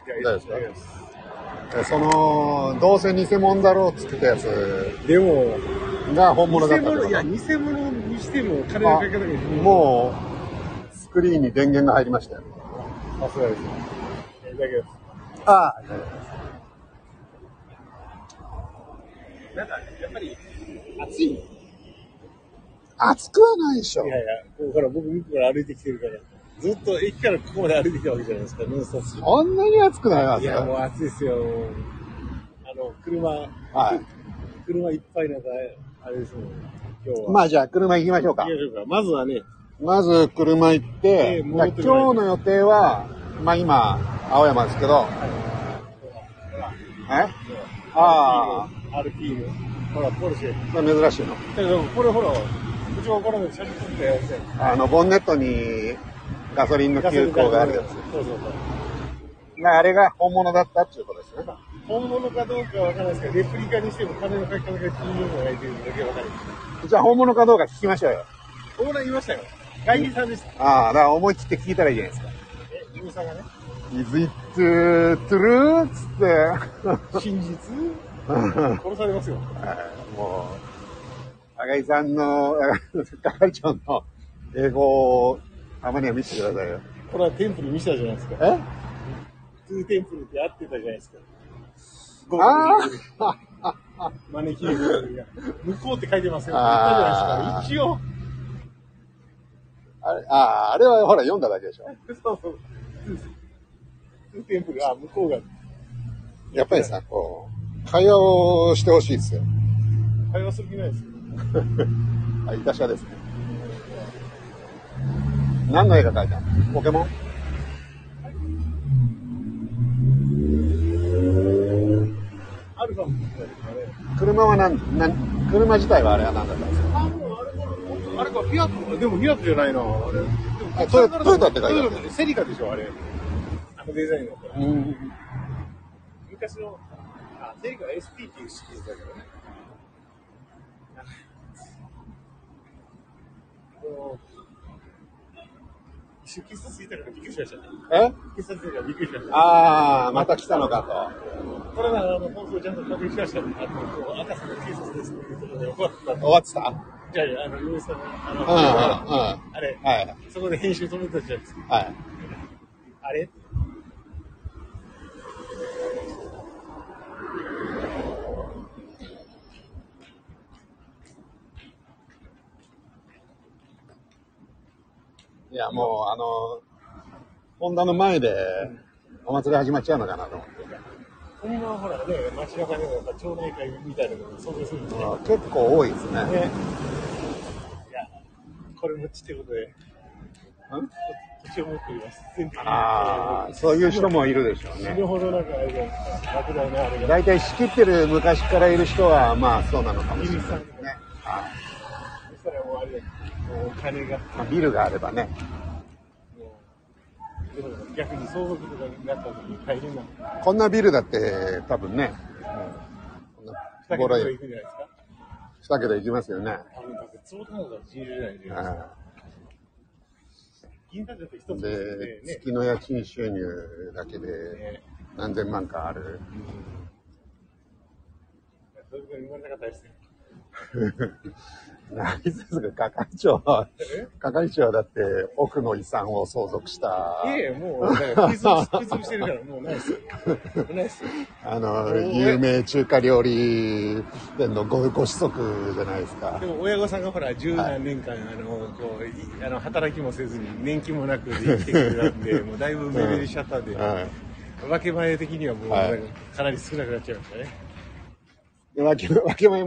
大丈夫ですか？その、どうせ偽物だろうっつってたやつでも、 が本物だったってこと？ いや、偽物にしても金がかけなきゃいけない。 もう、スクリーンに電源が入りましたよ。 さすがです。だけど、 ああ。 なんか、やっぱり、暑い。 暑くはないでしょ。 いやいや、ほら、僕、向こうから歩いてきてるから、ずっと駅からここまで歩いてきたわけじゃないですか、ノンストップ。 そんなに暑くないわけ？ いや、もう暑いですよ。車、 はい。 車いっぱいなんか、あれですもん、今日は。 まあじゃあ車行きましょうか。 行きましょうか。まずはね、 まず車行って、今日の予定は、まあ今、青山ですけど、ああ、RP の、ほら、ポルシェ。 珍しいの。 だけど、これほら、うちはこれ写真撮ってやつボンネットにガソリンの給口があるやつ。 そうそうそう。 あれが本物だったっていうことですね。 本物かどうかはわからないですけど、レプリカにしても金の書き方が金融が焼いてるだけはわかります。 じゃあ本物かどうか聞きましょうよ。 オーナー言いましたよ。外人さんでした。 ああ、だから思い切って聞いたらいいじゃないですか。 事務さんがね。 Is it true? つって。 真実殺されますよ。 もう、赤井さんの、係長の英語をたまには見せてくださいよ。 これはテンプル見せたじゃないですか。トゥーテンプルって合ってたじゃないですか。招き猫が向こうって書いてますよって言ったじゃないですか。一応。 あれはほら読んだだけでしょ。 そうそう。トゥーテンプル、向こうが。 やっぱりさ、こう、会話をしてほしいですよ。 会話する気ないですよ。 いたしゃですね。何の絵が描いたの？ポケモン？ アルファも車は車自体はあれは何だったんですか？ あれか、フィアット、でもフィアットじゃないな。あれ。 トヨタって書いてある。 セリカでしょ、あれ。デザインの。昔の、セリカ SP っていうシリーズだけどね。一瞬喫茶ついたからびっくりしましたね。喫茶ついたからびっくりしました。 ああ、また来たのかと。 これは放送ちゃんと確認しましたね。赤さんの警察ですっていうことで終わってた？ じゃあ、洋さんの、あれ、はい、そこで編集止めたじゃないですか。はい。あれいや、もう、ホンダの前で、お祭り始まっちゃうのかなと思って。 こんなほらね、街中でもやっぱ町内会みたいなのを想像するんですね。 結構多いですね。 いや、これもちってことで、土地を持っています。 そういう人もいるでしょうね。 死ぬほどなんかあれじゃないですか、莫大なあれが。 大体仕切ってる昔からいる人は、まあそうなのかもしれないですね。 そしたらもうあれだよ、もうお金が。 ビルがあればね。 逆に相続とかになった時に大変な。 こんなビルだって多分ね、 2桁行くんじゃないですか。 2桁行きますよね。 坪単価が信じられないじゃないですか。銀座だと一つで、月の家賃収入だけで何千万かある。 そういうこと言われなかったですね。 何ですか、係長はだって奥の遺産を相続した。 いやもう、食い潰してるからもうないですよ。ないですよ。 有名中華料理店のご子息じゃないですか。 でも親御さんがほら、十何年間、働きもせずに、年金もなく生きてくれたんで、もうだいぶ目減りしちゃったんで、分け前的にはもう、かなり少なくなっちゃいましたね。 分け前